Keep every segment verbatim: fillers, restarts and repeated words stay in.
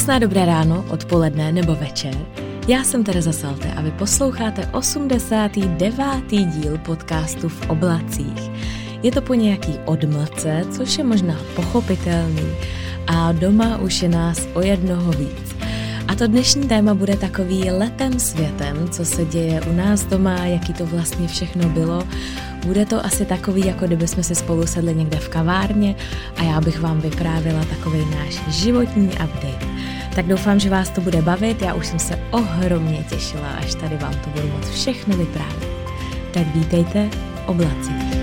Krásné dobré ráno, odpoledne nebo večer. Já jsem Tereza Salte a vy posloucháte osmdesátý devátý díl podcastu V oblacích. Je to po nějaký odmlce, což je možná pochopitelný, a doma už je nás o jednoho víc. A to dnešní téma bude takový letem světem, co se děje u nás doma, jaký to vlastně všechno bylo. Bude to asi takový, jako kdyby jsme si spolu sedli někde v kavárně a já bych vám vyprávila takovej náš životní update. Tak doufám, že vás to bude bavit, já už jsem se ohromně těšila, až tady vám to budu moct všechno vyprávět. Tak vítejte v oblacích.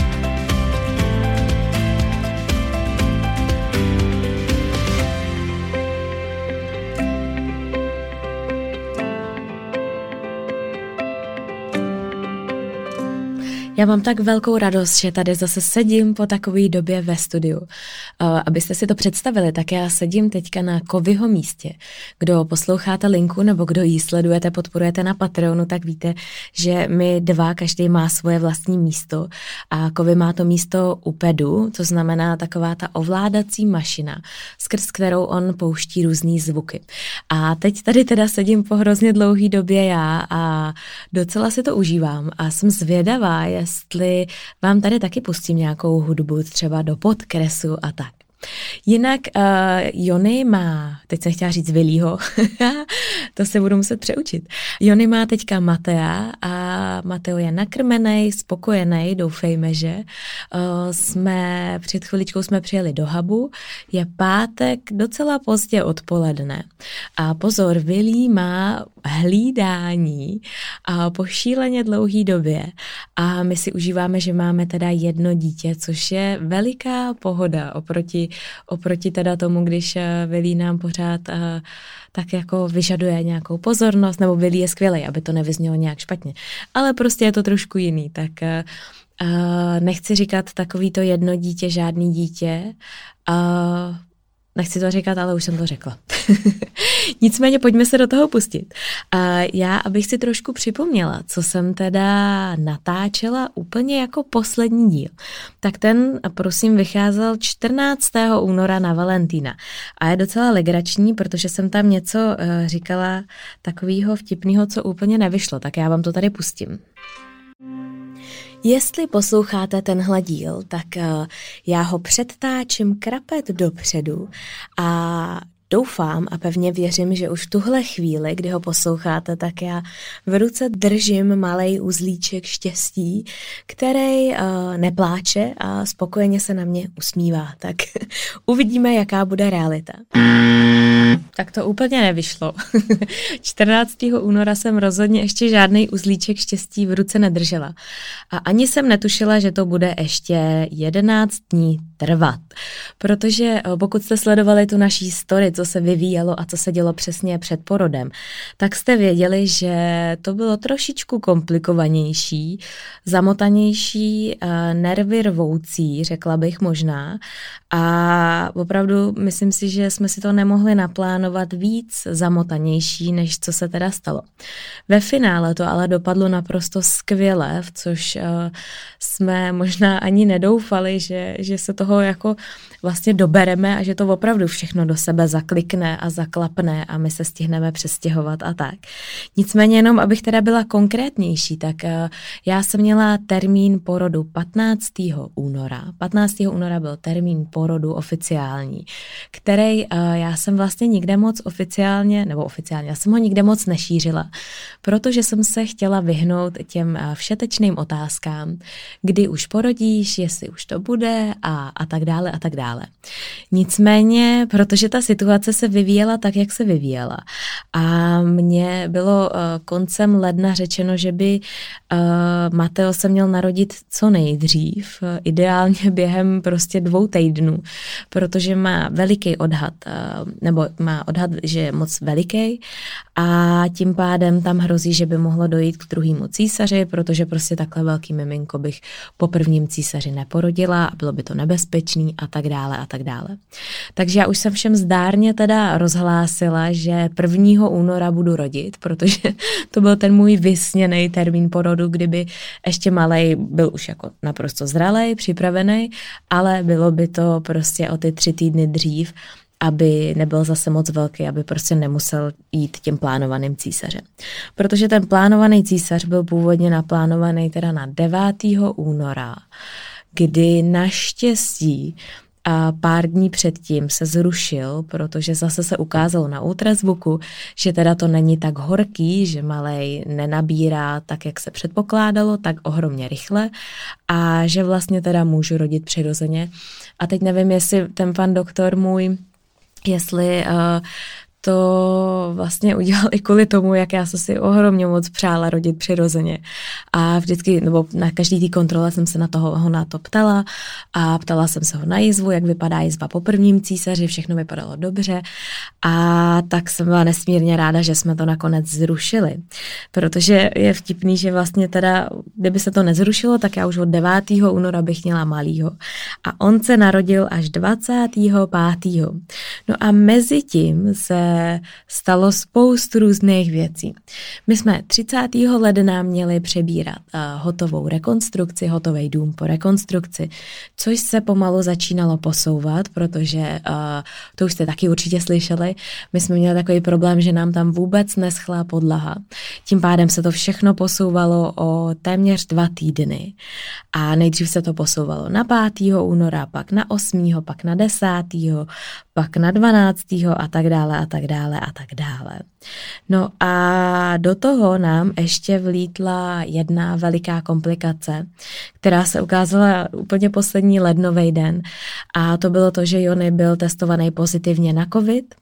Já mám tak velkou radost, že tady zase sedím po takové době ve studiu. Uh, abyste si to představili, tak já sedím teďka na Kovyho místě. Kdo posloucháte linku nebo kdo ji sledujete, podporujete na Patreonu, tak víte, že my dva, každý má svoje vlastní místo a Kovy má to místo u pedu, to znamená taková ta ovládací mašina, skrz kterou on pouští různý zvuky. A teď tady teda sedím po hrozně dlouhý době já a docela si to užívám a jsem zvědavá, jestli vám tady taky pustím nějakou hudbu třeba do podkresu a tak. Jinak uh, Jony má, teď jsem chtěla říct Vilího, to se budu muset přeučit. Jony má teďka Matea a Mateo je nakrmenej, spokojenej, doufejme, že. Uh, jsme, před chviličkou jsme přijeli do hubu, je pátek docela pozdě odpoledne. A pozor, Vilí má hlídání a po šíleně dlouhý době a my si užíváme, že máme teda jedno dítě, což je veliká pohoda oproti, oproti teda tomu, když Vilí nám pořád uh, tak jako vyžaduje nějakou pozornost, nebo Vilí je skvělej, aby to nevyznělo nějak špatně, ale prostě je to trošku jiný, tak uh, nechci říkat takový to jedno dítě, žádný dítě, uh, nechci to říkat, ale už jsem to řekla. Nicméně pojďme se do toho pustit. A já, abych si trošku připomněla, co jsem teda natáčela úplně jako poslední díl, tak ten, prosím, vycházel čtrnáctého února na Valentína. A je docela legrační, protože jsem tam něco uh, říkala takového vtipného, co úplně nevyšlo, tak já vám to tady pustím. Jestli posloucháte tenhle díl, tak uh, já ho předtáčím krapet dopředu a doufám a pevně věřím, že už v tuhle chvíli, kdy ho posloucháte, tak já v ruce držím malej uzlíček štěstí, který uh, nepláče a spokojeně se na mě usmívá. Tak uvidíme, jaká bude realita. Tak to úplně nevyšlo. čtrnáctého února jsem rozhodně ještě žádný uzlíček štěstí v ruce nedržela. A ani jsem netušila, že to bude ještě jedenáct dní trvat. Protože pokud jste sledovali tu naší story, co se vyvíjelo a co se dělo přesně před porodem, tak jste věděli, že to bylo trošičku komplikovanější, zamotanější, nervy rvoucí, řekla bych možná. A opravdu myslím si, že jsme si to nemohli naplánovat víc zamotanější, než co se teda stalo. Ve finále to ale dopadlo naprosto skvěle, v což uh, jsme možná ani nedoufali, že, že se toho jako vlastně dobereme a že to opravdu všechno do sebe zaklikne a zaklapne a my se stihneme přestěhovat a tak. Nicméně jenom, abych teda byla konkrétnější, tak uh, já jsem měla termín porodu patnáctého února. patnáctého února byl termín porodu oficiální, který uh, já jsem vlastně nikde moc oficiálně, nebo oficiálně, já jsem ho nikde moc nešířila, protože jsem se chtěla vyhnout těm uh, všetečným otázkám, kdy už porodíš, jestli už to bude a, a tak dále a tak dále. Nicméně, protože ta situace se vyvíjela tak, jak se vyvíjela a mně bylo uh, koncem ledna řečeno, že by uh, Mateo se měl narodit co nejdřív, uh, ideálně během prostě dvou týdnů, protože má veliký odhad, uh, nebo má odhad, že je moc veliký a tím pádem tam hrozí, že by mohlo dojít k druhému císaři, protože prostě takhle velký miminko bych po prvním císaři neporodila a bylo by to nebezpečný a tak dále a tak dále. Takže já už jsem všem zdárně teda rozhlásila, že prvního února budu rodit, protože to byl ten můj vysněný termín porodu, kdyby ještě malej byl už jako naprosto zralej, připravený, ale bylo by to prostě o ty tři týdny dřív, aby nebyl zase moc velký, aby prostě nemusel jít tím plánovaným císařem. Protože ten plánovaný císař byl původně naplánovaný teda na devátého února, kdy naštěstí a pár dní předtím se zrušil, protože zase se ukázalo na ultrazvuku, že teda to není tak horký, že malej nenabírá tak, jak se předpokládalo, tak ohromně rychle a že vlastně teda můžu rodit přirozeně. A teď nevím, jestli ten pan doktor můj, jestli uh, to vlastně udělal i kvůli tomu, jak já jsem si ohromně moc přála rodit přirozeně. A vždycky, nebo na každý té kontrole jsem se na toho ho na to ptala a ptala jsem se ho na jizvu, jak vypadá jizva po prvním císaři, všechno vypadalo dobře a tak jsem byla nesmírně ráda, že jsme to nakonec zrušili. Protože je vtipný, že vlastně teda, kdyby se to nezrušilo, tak já už od devátého února bych měla malýho. A on se narodil až dvacátého pátého No a mezi tím se stalo spoustu různých věcí. My jsme třicátého ledna měli přebírat uh, hotovou rekonstrukci, hotový dům po rekonstrukci, což se pomalu začínalo posouvat, protože uh, to už jste taky určitě slyšeli. My jsme měli takový problém, že nám tam vůbec neschla podlaha. Tím pádem se to všechno posouvalo o téměř dva týdny. A nejdřív se to posouvalo na pátého února, pak na osmého pak na desátého pak na dvanáctého a tak dále a tak dále a tak dále. No a do toho nám ještě vlítla jedna veliká komplikace, která se ukázala úplně poslední lednový den a to bylo to, že Jony byl testovaný pozitivně na covid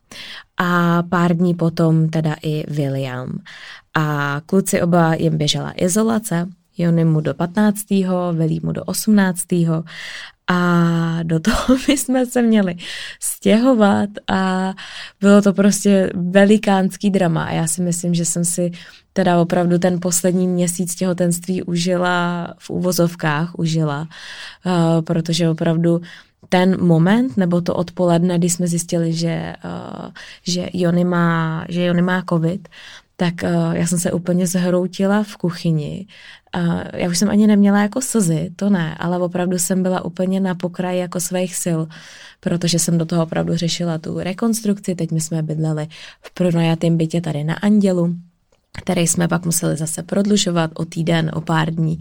a pár dní potom teda i William. A kluci oba jim běžela izolace, Jony mu do patnáctého Willy mu do osmnáctého A do toho my jsme se měli stěhovat a bylo to prostě velikánský drama. A já si myslím, že jsem si teda opravdu ten poslední měsíc těhotenství užila v uvozovkách, užila, uh, protože opravdu ten moment, nebo to odpoledne, kdy jsme zjistili, že, uh, že Jony má, že Jony má covid, tak uh, já jsem se úplně zhroutila v kuchyni. Uh, já už jsem ani neměla jako slzy, to ne, ale opravdu jsem byla úplně na pokraji jako svých sil, protože jsem do toho opravdu řešila tu rekonstrukci. Teď my jsme bydleli v pronajatém bytě tady na Andělu, který jsme pak museli zase prodlužovat o týden, o pár dní.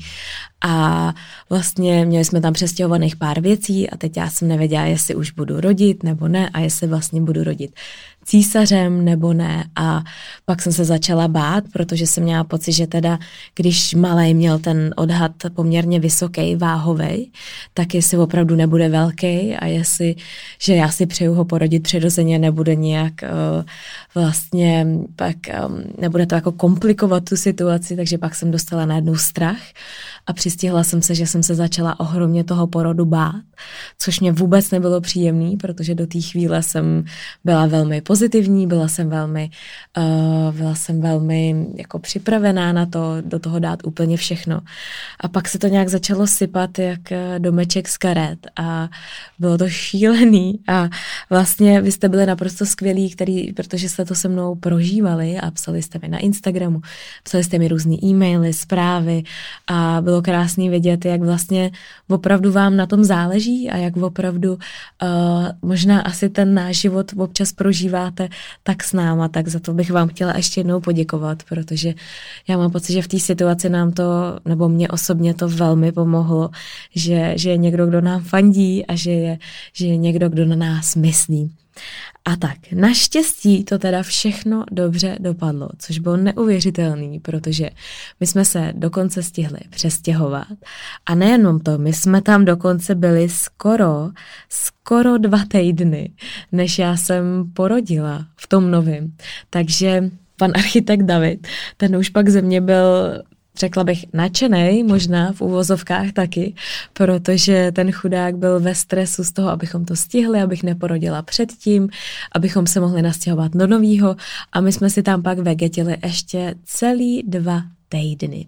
A vlastně měli jsme tam přestěhovaných pár věcí a teď já jsem nevěděla, jestli už budu rodit nebo ne a jestli vlastně budu rodit císařem nebo ne. A pak jsem se začala bát, protože jsem měla pocit, že teda, když malej měl ten odhad poměrně vysoký, váhovej, tak jestli opravdu nebude velký a jestli, že já si přeju ho porodit přirozeně, nebude nějak uh, vlastně, pak um, nebude to jako komplikovat tu situaci, takže pak jsem dostala najednou strach a přistihla jsem se, že jsem se začala ohromně toho porodu bát, což mě vůbec nebylo příjemný, protože do té chvíle jsem byla velmi pozitivní, byla jsem velmi, uh, byla jsem velmi jako připravená na to, do toho dát úplně všechno. A pak se to nějak začalo sypat jak domeček z karet a bylo to šílený a vlastně vy jste byli naprosto skvělí, který, protože jste to se mnou prožívali a psali jste mi na Instagramu, psali jste mi různý e-maily, zprávy a bylo krásný vidět, jak vlastně opravdu vám na tom záleží a jak opravdu uh, možná asi ten náš život občas prožíváte tak s náma, tak za to bych vám chtěla ještě jednou poděkovat, protože já mám pocit, že v té situaci nám to, nebo mě osobně to velmi pomohlo, že, že je někdo, kdo nám fandí a že je, že je někdo, kdo na nás myslí. A tak, naštěstí to teda všechno dobře dopadlo, což bylo neuvěřitelný, protože my jsme se dokonce stihli přestěhovat. A nejenom to, my jsme tam dokonce byli skoro, skoro dva týdny, než já jsem porodila v tom novém. Takže pan architekt David, ten už pak ze mě byl, řekla bych, nadšenej, možná v uvozovkách taky, protože ten chudák byl ve stresu z toho, abychom to stihli, abych neporodila předtím, abychom se mohli nastěhovat do novýho a my jsme si tam pak vegetili ještě celý dva týdny.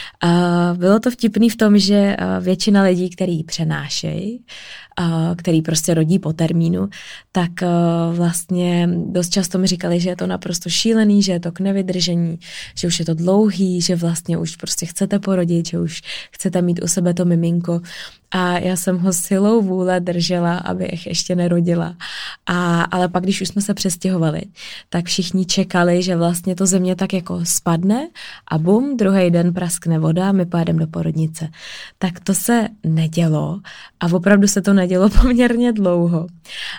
Uh, bylo to vtipný v tom, že uh, většina lidí, který přenášejí, uh, který prostě rodí po termínu, tak uh, vlastně dost často mi říkali, že je to naprosto šílený, že je to k nevydržení, že už je to dlouhý, že vlastně už prostě chcete porodit, že už chcete mít u sebe to miminko. a já jsem ho silou vůle držela, abych ještě nerodila. A, ale pak, když už jsme se přestěhovali, tak všichni čekali, že vlastně to ze mě tak jako spadne a bum, druhý den praskne voda a my pojedeme do porodnice. Tak to se nedělo a opravdu se to nedělo poměrně dlouho.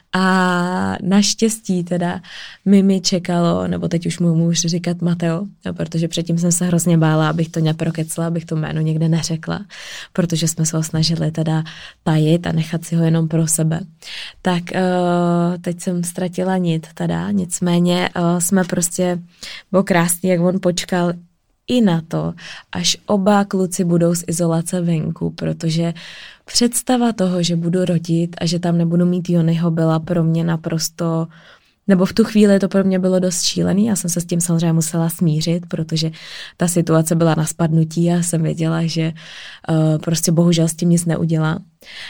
A naštěstí teda Mimi čekalo, nebo teď už mu můžu říkat Mateo, protože předtím jsem se hrozně bála, abych to neprokecla, abych to jméno někde neřekla, protože jsme se ho snažili teda tajit a nechat si ho jenom pro sebe. Tak uh, teď jsem ztratila nit teda, nicméně uh, jsme prostě, bylo krásný, jak on počkal i na to, až oba kluci budou z izolace venku, protože představa toho, že budu rodit a že tam nebudu mít Jonyho, byla pro mě naprosto, nebo v tu chvíli to pro mě bylo dost šílený. Já jsem se s tím samozřejmě musela smířit, protože ta situace byla na spadnutí a jsem věděla, že uh, prostě bohužel s tím nic neudělá.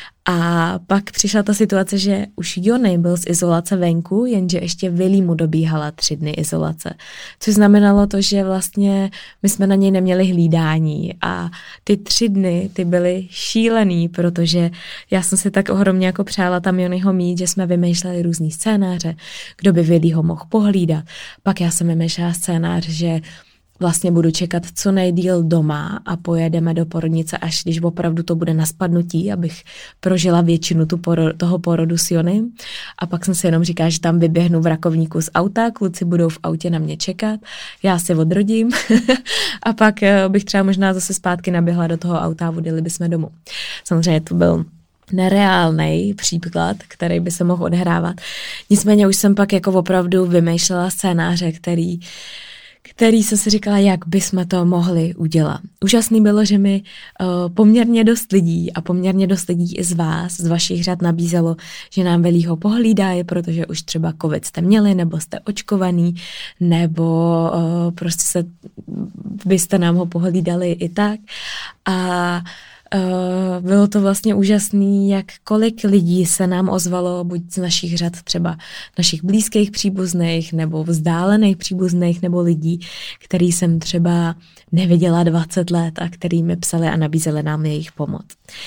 A pak přišla ta situace, že už Jony byl z izolace venku, jenže ještě Vili mu dobíhala tři dny izolace. Což znamenalo to, že vlastně my jsme na něj neměli hlídání a ty tři dny ty byly šílený, protože já jsem si tak ohromně jako přála tam Jonyho mít, že jsme vymýšleli různý scénáře, kdo by Vili ho mohl pohlídat. Pak já jsem vymýšlela scénář, že vlastně budu čekat co nejdýl doma a pojedeme do porodnice, až když opravdu to bude na spadnutí, abych prožila většinu tu poro- toho porodu s Jonym. A pak jsem si jenom říkala, že tam vyběhnu v rakovníku z auta, kluci budou v autě na mě čekat, já si odrodím a pak bych třeba možná zase zpátky naběhla do toho auta a odjeli bychom domů. Samozřejmě to byl nereálnej příklad, který by se mohl odehrávat. Nicméně už jsem pak jako opravdu vymýšlela scénáře, který který jsem si říkala, jak bychom to mohli udělat. Úžasný bylo, že mi uh, poměrně dost lidí a poměrně dost lidí i z vás, z vašich řad nabízelo, že nám Velího pohlídají, protože už třeba covid jste měli, nebo jste očkovaný, nebo uh, prostě se, byste nám ho pohlídali i tak. A Uh, bylo to vlastně úžasný, jak kolik lidí se nám ozvalo, buď z našich řad třeba našich blízkých příbuzných, nebo vzdálených příbuzných, nebo lidí, který jsem třeba neviděla dvacet let a který mi psali a nabízeli nám jejich pomoc.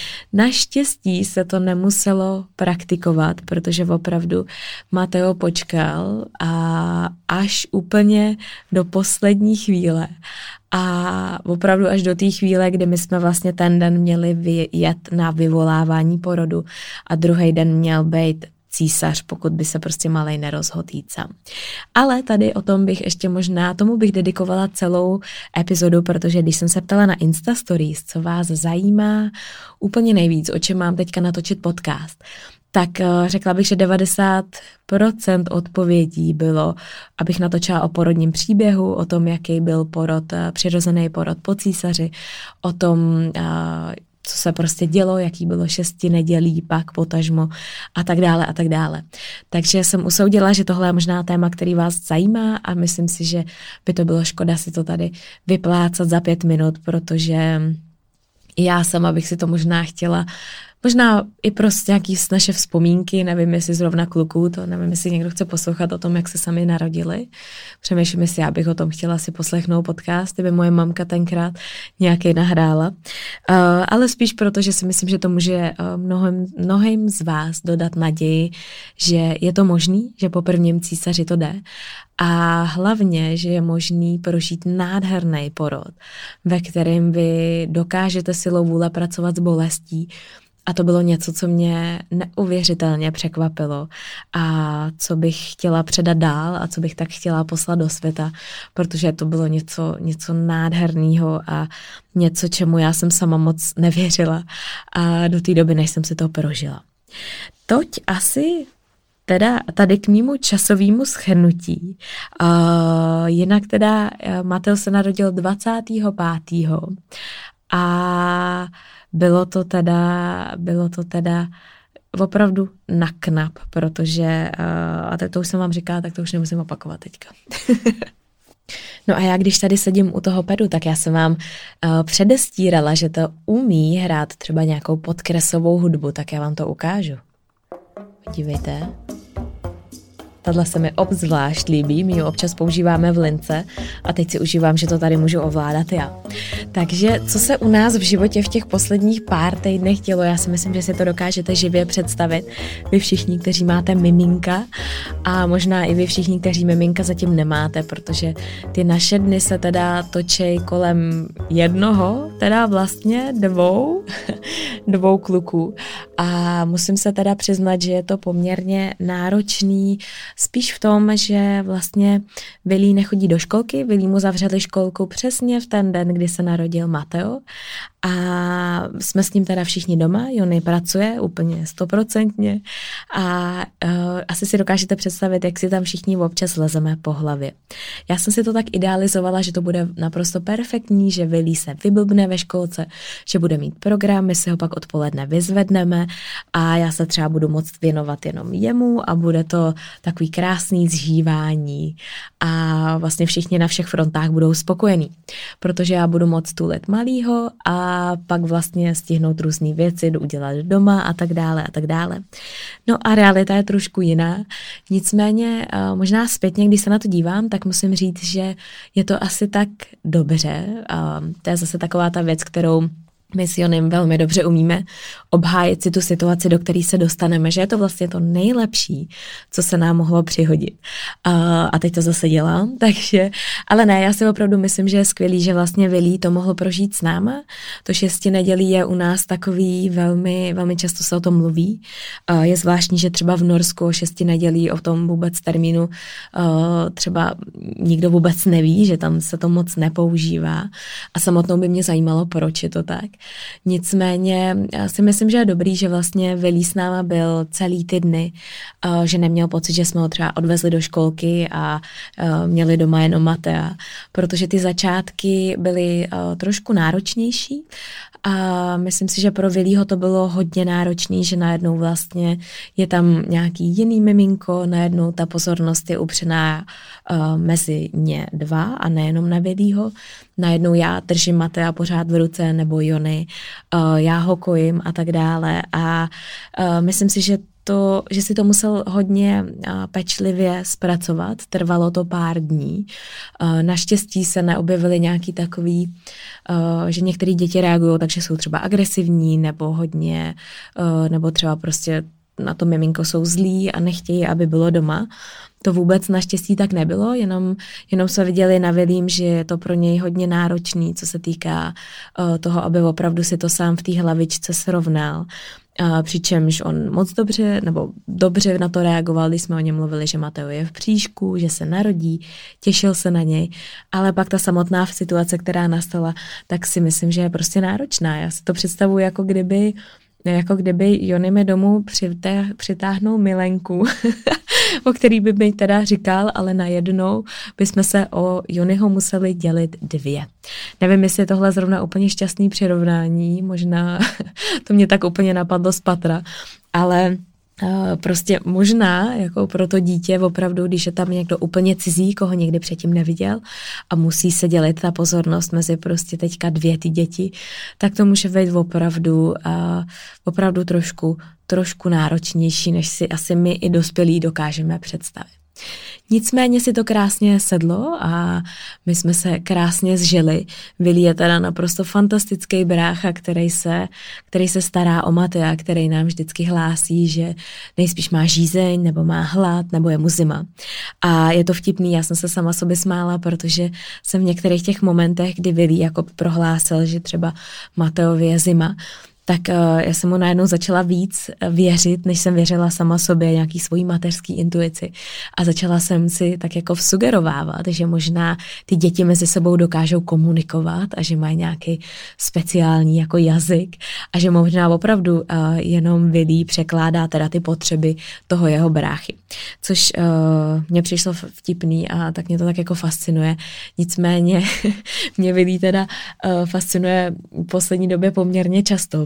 Naštěstí se to nemuselo praktikovat, protože opravdu Mateo počkal a až úplně do poslední chvíle. A opravdu až do té chvíle, kdy my jsme vlastně ten den měli vyjet na vyvolávání porodu a druhý den měl být císař, pokud by se prostě malej nerozhodl jít sám. Ale tady o tom bych ještě možná, tomu bych dedikovala celou epizodu, protože když jsem se ptala na Insta Stories, co vás zajímá úplně nejvíc, o čem mám teďka natočit podcast, tak řekla bych, že devadesát procent odpovědí bylo, abych natočila o porodním příběhu, o tom, jaký byl porod, přirozený porod po císaři, o tom, co se prostě dělo, jaký bylo šesti nedělí, pak potažmo a tak dále a tak dále. Takže jsem usoudila, že tohle je možná téma, který vás zajímá a myslím si, že by to bylo škoda si to tady vyplácat za pět minut, protože já sama bych si to možná chtěla možná i prostě nějaký naše vzpomínky, nevím, jestli zrovna kluků, to nevím, jestli někdo chce poslouchat o tom, jak se sami narodili. Přemýšlím, jestli já bych o tom chtěla si poslechnout podcast, kdyby moje mamka tenkrát nějaký nahrála. Uh, ale spíš proto, že si myslím, že to může uh, mnohem, mnohým z vás dodat naději, že je to možný, že po prvním císaři to jde. A hlavně, že je možný prožít nádherný porod, ve kterém vy dokážete silou vůle pracovat s bolestí. A to bylo něco, co mě neuvěřitelně překvapilo a co bych chtěla předat dál a co bych tak chtěla poslat do světa, protože to bylo něco, něco nádherného a něco, čemu já jsem sama moc nevěřila a do té doby, než jsem si to prožila. Toť asi teda tady k mému časovému shrnutí. Uh, jinak teda Mateo se narodil dvacátého pátého a bylo to teda, bylo to teda opravdu na knap, protože, uh, a to už jsem vám říkala, tak to už nemusím opakovat teďka. No a já, když tady sedím u toho pedu, tak já jsem vám uh, předestírala, že to umí hrát třeba nějakou podkresovou hudbu, tak já vám to ukážu. Podívejte. Tahle se mi obzvlášť líbí, my ji občas používáme v lince a teď si užívám, že to tady můžu ovládat já. Takže co se u nás v životě v těch posledních pár týdnech dělo, já si myslím, že si to dokážete živě představit. Vy všichni, kteří máte miminka a možná i vy všichni, kteří miminka zatím nemáte, protože ty naše dny se teda točí kolem jednoho, teda vlastně dvou, dvou kluků. A musím se teda přiznat, že je to poměrně náročný, spíš v tom, že vlastně Vilí nechodí do školky, Vilí mu zavřeli školku přesně v ten den, kdy se narodil Mateo a jsme s ním teda všichni doma, Jony pracuje úplně stoprocentně a uh, asi si dokážete představit, jak si tam všichni občas lezeme po hlavě. Já jsem si to tak idealizovala, že to bude naprosto perfektní, že Vilí se vyblbne ve školce, že bude mít program, my si ho pak odpoledne vyzvedneme a já se třeba budu moct věnovat jenom jemu a bude to takový krásný zžívání a vlastně všichni na všech frontách budou spokojení, protože já budu moct tulet malýho a pak vlastně stihnout různé věci, udělat doma a tak dále a tak dále. No a realita je trošku jiná, nicméně možná zpětně, když se na to dívám, tak musím říct, že je to asi tak dobře. To je zase taková ta věc, kterou my s Jonem velmi dobře umíme obhájit si tu situaci, do které se dostaneme, že je to vlastně to nejlepší, co se nám mohlo přihodit. A, a teď to zase dělám, takže, ale ne, já si opravdu myslím, že je skvělý, že vlastně Vilí to mohl prožít s náma. To šesti nedělí je u nás takový velmi, velmi často se o tom mluví. A je zvláštní, že třeba v Norsku o šesti nedělí o tom vůbec termínu třeba nikdo vůbec neví, že tam se to moc nepoužívá. A samotnou by mě zajímalo, proč je to tak. Nicméně já si myslím, že je dobrý, že vlastně Vilí s náma byl celý ty dny, že neměl pocit, že jsme ho třeba odvezli do školky a měli doma jenom Matea, protože ty začátky byly trošku náročnější a myslím si, že pro Vilího to bylo hodně náročný, že najednou vlastně je tam nějaký jiný miminko, najednou ta pozornost je upřená mezi ně dva a nejenom na Vilího. Najednou já držím Matea pořád v ruce nebo Jony, já ho kojím a tak dále a myslím si, že To, že si to musel hodně pečlivě zpracovat, trvalo to pár dní. Naštěstí se neobjevily nějaký takový, že některé děti reagují, takže jsou třeba agresivní nebo hodně, nebo třeba prostě na to miminko jsou zlí a nechtějí, aby bylo doma. To vůbec naštěstí tak nebylo, jenom, jenom jsme viděli na Vilím, že je to pro něj hodně náročný, co se týká uh, toho, aby opravdu si to sám v té hlavičce srovnal. Uh, přičemž on moc dobře, nebo dobře na to reagoval, když jsme o něm mluvili, že Mateo je v příšku, že se narodí, těšil se na něj, ale pak ta samotná situace, která nastala, tak si myslím, že je prostě náročná. Já si to představuji, jako kdyby jako kdyby Jony mi domů přitáhnul milenku, o který by mi teda říkal, ale najednou bychom se o Jonyho museli dělit dvě. Nevím, jestli je tohle zrovna úplně šťastný přirovnání, možná to mě tak úplně napadlo z patra, ale prostě možná jako pro to dítě opravdu, když je tam někdo úplně cizí, koho někdy předtím neviděl a musí se dělit ta pozornost mezi prostě teďka dvě ty děti, tak to může být opravdu, uh, opravdu trošku, trošku náročnější, než si asi my i dospělí dokážeme představit. Nicméně si to krásně sedlo a my jsme se krásně zžili. Vilí je teda naprosto fantastický brácha, který se, který se stará o Matea, který nám vždycky hlásí, že nejspíš má žízeň, nebo má hlad, nebo je mu zima. A je to vtipný, já jsem se sama sobě smála, protože jsem v některých těch momentech, kdy Vilí jako prohlásil, že třeba Mateovi je zima, tak uh, já jsem mu najednou začala víc věřit, než jsem věřila sama sobě, nějaký svojí mateřský intuici. A začala jsem si tak jako vsugerovávat, že možná ty děti mezi sebou dokážou komunikovat a že mají nějaký speciální jako jazyk a že možná opravdu uh, jenom Vilí překládá teda ty potřeby toho jeho bráchy. Což uh, mě přišlo vtipný a tak mě to tak jako fascinuje. Nicméně mě Vilí teda uh, fascinuje v poslední době poměrně často,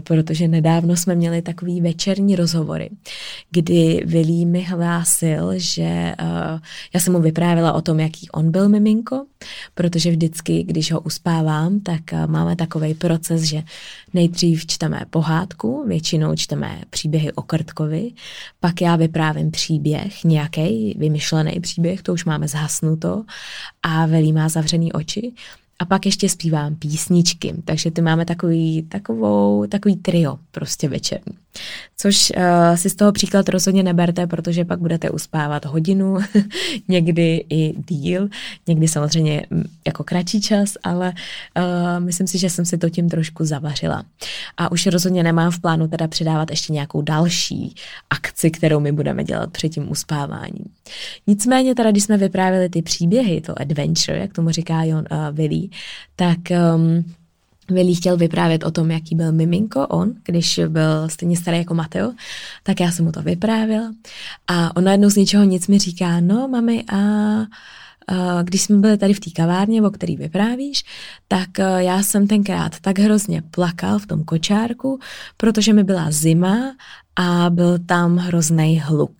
protože nedávno jsme měli takový večerní rozhovory, kdy Willy mi hlásil, že uh, já jsem mu vyprávěla o tom, jaký on byl miminko, protože vždycky, když ho uspávám, tak uh, máme takovej proces, že nejdřív čteme pohádku, většinou čteme příběhy o Krtkovi, pak já vyprávím příběh, nějaký vymyšlený příběh, to už máme zhasnuto a Willy má zavřený oči. A pak ještě zpívám písničky, takže ty máme takový, takovou, takový trio prostě večerní. Což uh, si z toho příklad rozhodně neberte, protože pak budete uspávat hodinu, někdy i díl, někdy samozřejmě jako kratší čas, ale uh, myslím si, že jsem si to tím trošku zavařila. A už rozhodně nemám v plánu teda přidávat ještě nějakou další akci, kterou my budeme dělat před tím uspáváním. Nicméně teda, když jsme vyprávěli ty příběhy, to adventure, jak tomu říká Jon, uh, Willy, tak um, Willy chtěl vyprávět o tom, jaký byl miminko on, když byl stejně starý jako Mateo, tak já jsem mu to vyprávěla a on najednou z ničeho nic mi říká, no mami a, a když jsme byli tady v té kavárně, o který vyprávíš, tak já jsem tenkrát tak hrozně plakal v tom kočárku, protože mi byla zima a byl tam hroznej hluk.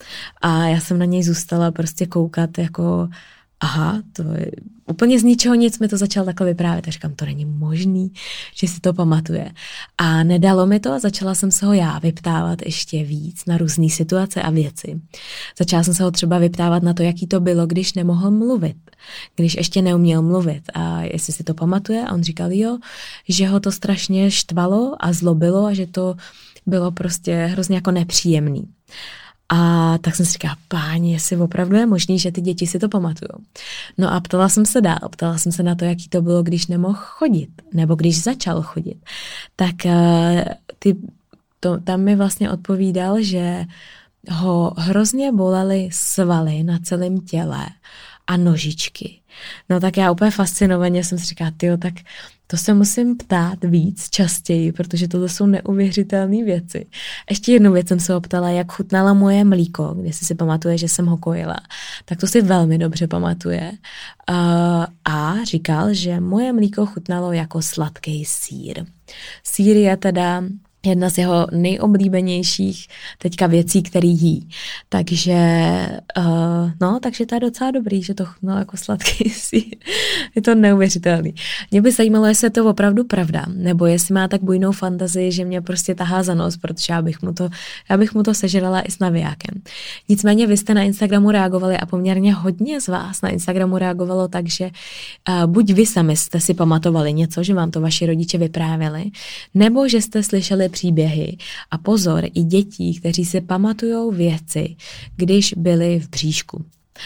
A já jsem na něj zůstala prostě koukat jako aha, to je úplně z ničeho nic mi to začal takhle vyprávět a říkám, to není možný, že si to pamatuje. A nedalo mi to a začala jsem se ho já vyptávat ještě víc na různé situace a věci. Začala jsem se ho třeba vyptávat na to, jaký to bylo, když nemohl mluvit, když ještě neuměl mluvit a jestli si to pamatuje a on říkal, jo, že ho to strašně štvalo a zlobilo a že to bylo prostě hrozně jako nepříjemný. A tak jsem si říkala, páni, jestli opravdu je možný, že ty děti si to pamatujou. No a ptala jsem se dál, ptala jsem se na to, jaký to bylo, když nemohl chodit, nebo když začal chodit. Tak ty, to, tam mi vlastně odpovídal, že ho hrozně bolely svaly na celém těle a nožičky. No tak já úplně fascinovaně jsem si říkala, tyjo, tak to se musím ptát víc, častěji, protože tohle jsou neuvěřitelné věci. Ještě jednu věc jsem se ho ptala, jak chutnala moje mlíko, když si si pamatuje, že jsem ho kojila. Tak to si velmi dobře pamatuje. Uh, a říkal, že moje mlíko chutnalo jako sladký sýr. Sýr je teda jedna z jeho nejoblíbenějších teďka věcí, který jí. Takže, uh, no, takže to je docela dobrý, že to chutnalo jako sladký sýr. Je to neuvěřitelný. Mě by zajímalo, jestli je to opravdu pravda, nebo jestli má tak bujnou fantazii, že mě prostě tahá za nos, protože já bych mu to, já bych mu to sežrala i s navijákem. Nicméně vy jste na Instagramu reagovali a poměrně hodně z vás na Instagramu reagovalo tak, že uh, buď vy sami jste si pamatovali něco, že vám to vaši rodiče vyprávěli, nebo že jste slyšeli příběhy a pozor i dětí, kteří si pamatujou věci, když byli v bříšku.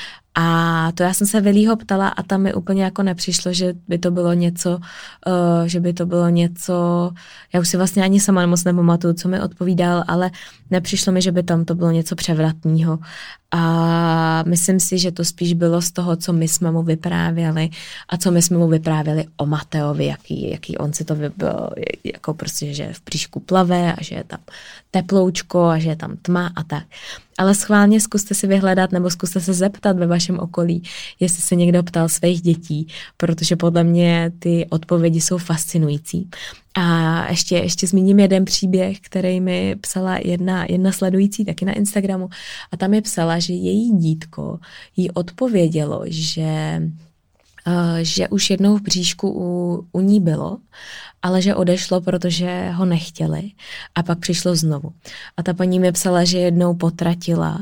A to já jsem se Willyho ptala a tam mi úplně jako nepřišlo, že by to bylo něco, uh, že by to bylo něco, já už si vlastně ani sama moc nepamatuju, co mi odpovídal, ale nepřišlo mi, že by tam to bylo něco převratného. A myslím si, že to spíš bylo z toho, co my jsme mu vyprávěli a co my jsme mu vyprávěli o Mateovi, jaký, jaký on si to vybyl, jako prostě, že je v bříšku plave a že je tam teploučko a že je tam tma a tak. Ale schválně zkuste si vyhledat nebo zkuste se zeptat ve vašem okolí, jestli se někdo ptal svých dětí, protože podle mě ty odpovědi jsou fascinující. A ještě, ještě zmíním jeden příběh, který mi psala jedna, jedna sledující taky na Instagramu a tam mi psala, že její dítko jí odpovědělo, že, uh, že už jednou v bříšku u, u ní bylo, ale že odešlo, protože ho nechtěli a pak přišlo znovu. A ta paní mi psala, že jednou potratila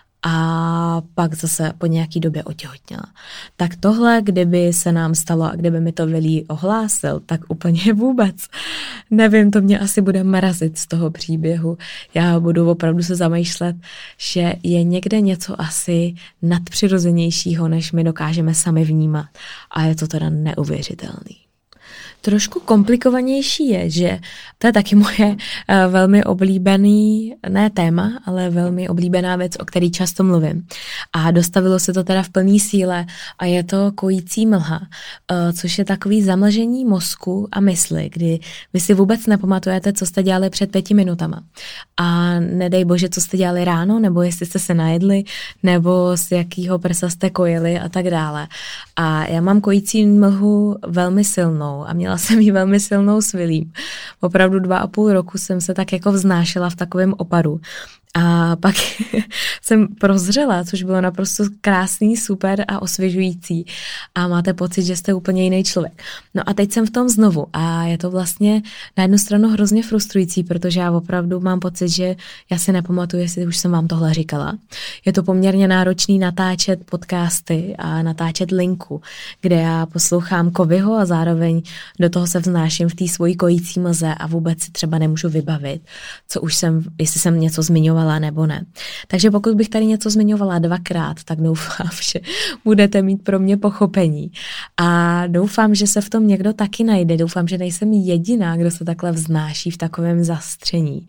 a pak zase po nějaký době otěhotněla. Tak tohle, kdyby se nám stalo a kdyby mi to Willy ohlásil, tak úplně vůbec. Nevím, to mě asi bude mrazit z toho příběhu. Já budu opravdu se zamýšlet, že je někde něco asi nadpřirozenějšího, než my dokážeme sami vnímat. A je to teda neuvěřitelný. Trošku komplikovanější je, že to je taky moje uh, velmi oblíbený, ne téma, ale velmi oblíbená věc, o který často mluvím. A dostavilo se to teda v plný síle a je to kojící mlha, uh, což je takový zamlžení mozku a mysli, kdy vy si vůbec nepamatujete, co jste dělali před pěti minutama. A nedej bože, co jste dělali ráno, nebo jestli jste se najedli, nebo z jakýho prsa jste kojili a tak dále. A já mám kojící mlhu velmi silnou a měla měla jsem ji velmi silnou s Vilím. Opravdu dva a půl roku jsem se tak jako vznášela v takovém oparu. A pak jsem prozřela, což bylo naprosto krásný, super a osvěžující. A máte pocit, že jste úplně jiný člověk. No a teď jsem v tom znovu. A je to vlastně na jednu stranu hrozně frustrující, protože já opravdu mám pocit, že já si nepamatuju, jestli už jsem vám tohle říkala. Je to poměrně náročný natáčet podcasty a natáčet linku, kde já poslouchám Kovyho a zároveň do toho se vznáším v té svojí kojící mlze a vůbec si třeba nemůžu vybavit, co už jsem, jestli jsem něco zmiňovala nebo ne. Takže pokud bych tady něco zmiňovala dvakrát, tak doufám, že budete mít pro mě pochopení. A doufám, že se v tom někdo taky najde. Doufám, že nejsem jediná, kdo se takhle vznáší v takovém zastření.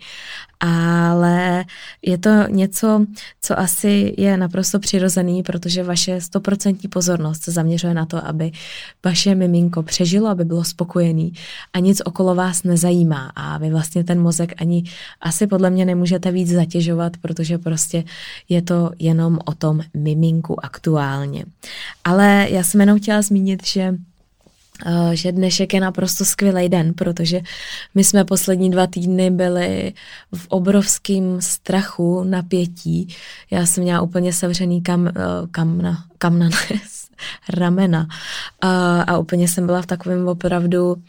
Ale je to něco, co asi je naprosto přirozený, protože vaše stoprocentní pozornost se zaměřuje na to, aby vaše miminko přežilo, aby bylo spokojený a nic okolo vás nezajímá a vy vlastně ten mozek ani asi podle mě nemůžete víc zatěžovat, protože prostě je to jenom o tom miminku aktuálně. Ale já jsem jenom chtěla zmínit, že že dnešek je naprosto skvělý den, protože my jsme poslední dva týdny byli v obrovském strachu, napětí. Já jsem měla úplně sevřený kam, kamna, kamna ramena a, a úplně jsem byla v takovém opravdu uh,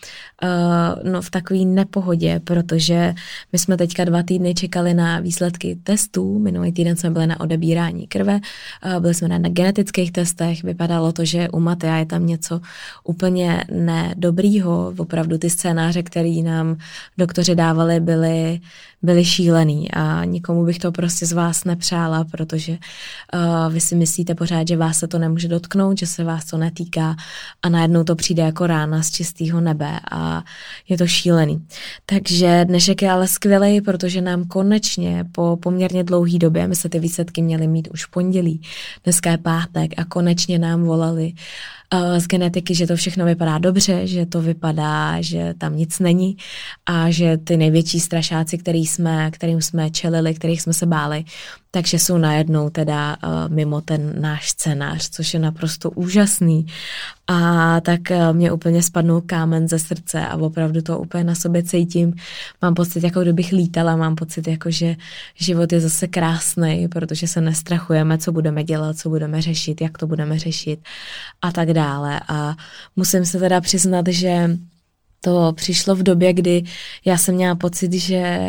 no v takové nepohodě, protože my jsme teďka dva týdny čekali na výsledky testů, minulý týden jsme byli na odebírání krve, uh, byli jsme na genetických testech, vypadalo to, že u Matea je tam něco úplně nedobrýho, opravdu ty scénáře, které nám doktoři dávali, byly byli šílený a nikomu bych to prostě z vás nepřála, protože uh, vy si myslíte pořád, že vás se to nemůže dotknout, že se vás to netýká a najednou to přijde jako rána z čistého nebe a je to šílený. Takže dnešek je ale skvělej, protože nám konečně po poměrně dlouhý době, my se ty výsledky měli mít už v pondělí, dneska je pátek a konečně nám volali z genetiky, že to všechno vypadá dobře, že to vypadá, že tam nic není a že ty největší strašáci, který jsme, kterým jsme čelili, kterých jsme se báli, takže jsou najednou teda uh, mimo ten náš scénář, což je naprosto úžasný. A tak uh, mě úplně spadnul kámen ze srdce a opravdu to úplně na sobě cítím. Mám pocit, jako kdybych lítala, mám pocit, jako že život je zase krásný, protože se nestrachujeme, co budeme dělat, co budeme řešit, jak to budeme řešit a tak dále. A musím se teda přiznat, že to přišlo v době, kdy já jsem měla pocit, že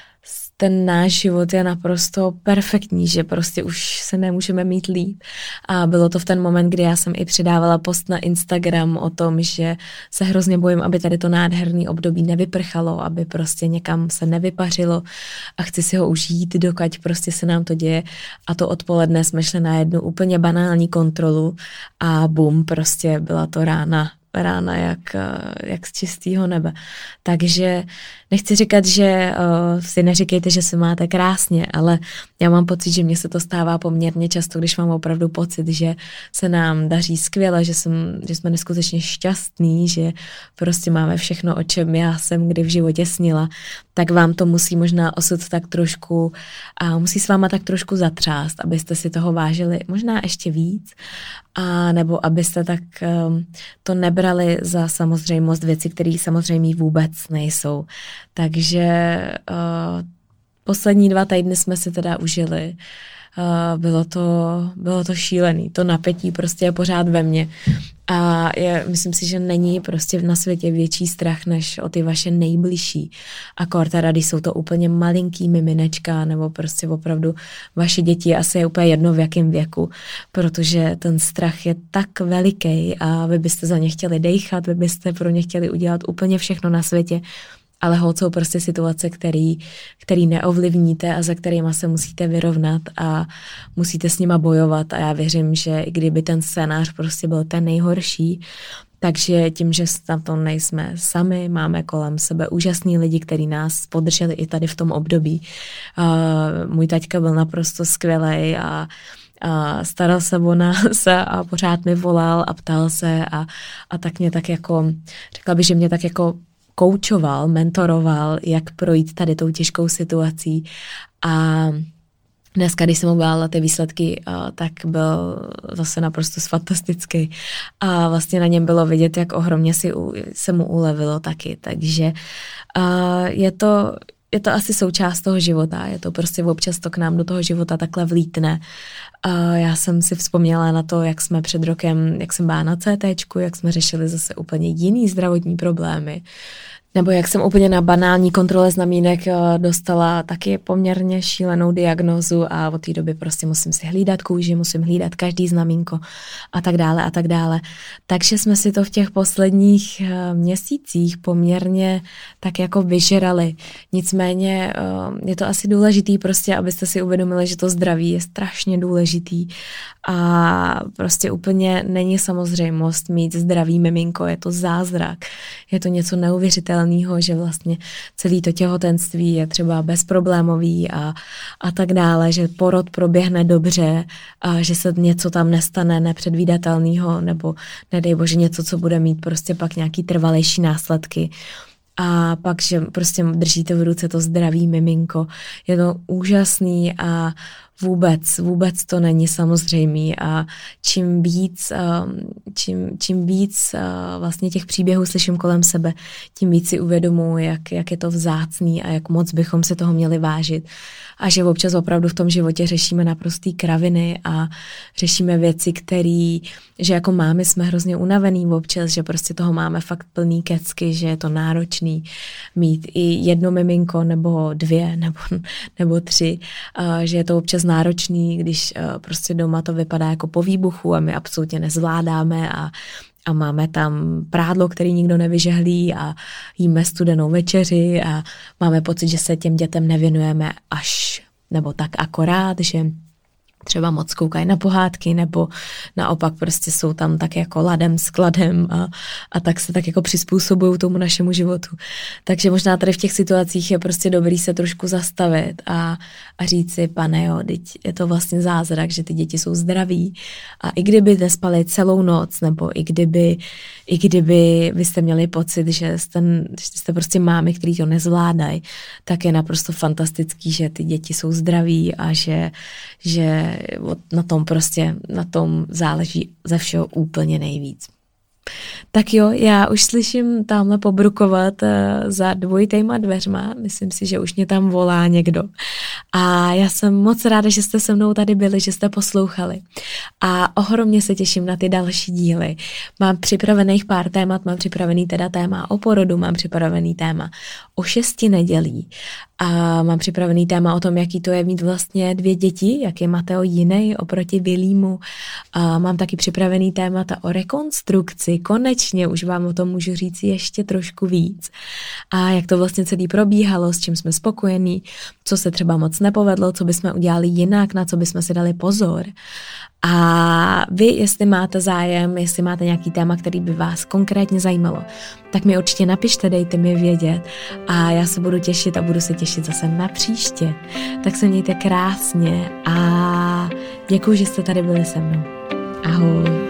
ten náš život je naprosto perfektní, že prostě už se nemůžeme mít líp. A bylo to v ten moment, kdy já jsem i přidávala post na Instagram o tom, že se hrozně bojím, aby tady to nádherný období nevyprchalo, aby prostě někam se nevypařilo a chci si ho užít, dokud prostě se nám to děje. A to odpoledne jsme šli na jednu úplně banální kontrolu a bum, prostě byla to rána. rána jak, jak z čistého nebe. Takže nechci říkat, že uh, si neříkejte, že se máte krásně, ale já mám pocit, že mně se to stává poměrně často, když mám opravdu pocit, že se nám daří skvěle, že, jsem, že jsme neskutečně šťastní, že prostě máme všechno, o čem já jsem kdy v životě snila, tak vám to musí možná osud tak trošku a musí s váma tak trošku zatřást, abyste si toho vážili možná ještě víc a nebo abyste tak um, to nebrali za samozřejmost věci, které samozřejmě vůbec nejsou. Takže uh, poslední dva týdny jsme si teda užili. Uh, bylo to, bylo to šílený. To napětí prostě je pořád ve mně. A je, myslím si, že není prostě na světě větší strach než o ty vaše nejbližší. Akor teda, když jsou to úplně malinký miminečka nebo prostě opravdu vaše děti, asi je úplně jedno v jakém věku, protože ten strach je tak veliký a vy byste za ně chtěli dejchat, vy byste pro ně chtěli udělat úplně všechno na světě, ale holt jsou prostě situace, který, který neovlivníte a za kterýma se musíte vyrovnat a musíte s nima bojovat a já věřím, že i kdyby ten scénář prostě byl ten nejhorší, takže tím, že tam to nejsme sami, máme kolem sebe úžasný lidi, kteří nás podrželi i tady v tom období. Uh, můj taťka byl naprosto skvělej a a staral se o nás a pořád mi volal a ptal se a, a tak mě tak jako, řekla bych, že mě tak jako koučoval, mentoroval, jak projít tady tou těžkou situací a Dneska, když jsem objevila ty výsledky, tak byl zase naprosto fantastický a vlastně na něm bylo vidět, jak ohromně si se mu ulevilo taky, takže je to, je to asi součást toho života, je to prostě občas to k nám do toho života takhle vlítne. Já jsem si vzpomněla na to, jak jsme před rokem, jak jsem byla na cé téčku, jak jsme řešili zase úplně jiný zdravotní problémy. Nebo jak jsem úplně na banální kontrole znamínek dostala taky poměrně šílenou diagnózu a od té doby prostě musím si hlídat kůži, musím hlídat každý znamínko a tak dále a tak dále. Takže jsme si to v těch posledních měsících poměrně tak jako vyžrali. Nicméně je to asi důležitý prostě, abyste si uvědomili, že to zdraví je strašně důležitý a prostě úplně není samozřejmost mít zdravý miminko, je to zázrak, je to něco neuvěřitelného, že vlastně celé to těhotenství je třeba bezproblémový a, a tak dále, že porod proběhne dobře a že se něco tam nestane nepředvídatelného nebo nedej bože něco, co bude mít prostě pak nějaký trvalejší následky. A pak, že prostě držíte v ruce to zdravý miminko. Je to úžasný a vůbec, vůbec to není samozřejmý a čím víc, čím, čím víc vlastně těch příběhů slyším kolem sebe, tím víc si uvědomuji, jak, jak je to vzácný a jak moc bychom si toho měli vážit. A že občas opravdu v tom životě řešíme naprostý kraviny a řešíme věci, které, že jako mámy jsme hrozně unavený občas, že prostě toho máme fakt plný kecky, že je to náročný mít i jedno miminko nebo dvě nebo, nebo tři, že je to občas náročný, když prostě doma to vypadá jako po výbuchu a my absolutně nezvládáme a a máme tam prádlo, který nikdo nevyžehlí a jíme studenou večeři a máme pocit, že se těm dětem nevěnujeme až nebo tak akorát, že třeba moc koukají na pohádky nebo naopak prostě jsou tam tak jako ladem s kladem a, a tak se tak jako přizpůsobují tomu našemu životu. Takže možná tady v těch situacích je prostě dobrý se trošku zastavit a, a říct si, pane jo, teď je to vlastně zázrak, že ty děti jsou zdraví a i kdyby nespali celou noc nebo i kdyby, i kdyby vy jste měli pocit, že jste, že jste prostě mámy, který to nezvládají, tak je naprosto fantastický, že ty děti jsou zdraví a že, že na tom prostě, na tom záleží ze všeho úplně nejvíc. Tak jo, já už slyším tamhle pobrukovat uh, za dvojitejma dveřma, myslím si, že už mě tam volá někdo. A já jsem moc ráda, že jste se mnou tady byli, že jste poslouchali. A ohromně se těším na ty další díly. Mám připravených pár témat, mám připravený teda téma o porodu, mám připravený téma o šesti nedělí a mám připravený téma o tom, jaký to je mít vlastně dvě děti, jak je Mateo jiný oproti Billymu. A mám taky připravený témata o rekonstrukci, konečně už vám o tom můžu říct ještě trošku víc. A jak to vlastně celý probíhalo, s čím jsme spokojení, co se třeba moc nepovedlo, co bychom udělali jinak, na co bychom si dali pozor. A vy, jestli máte zájem, jestli máte nějaký téma, který by vás konkrétně zajímalo, tak mi určitě napište, dejte mi vědět a já se budu těšit a budu se těšit zase na příště. Tak se mějte krásně a děkuji, že jste tady byli se mnou. Ahoj.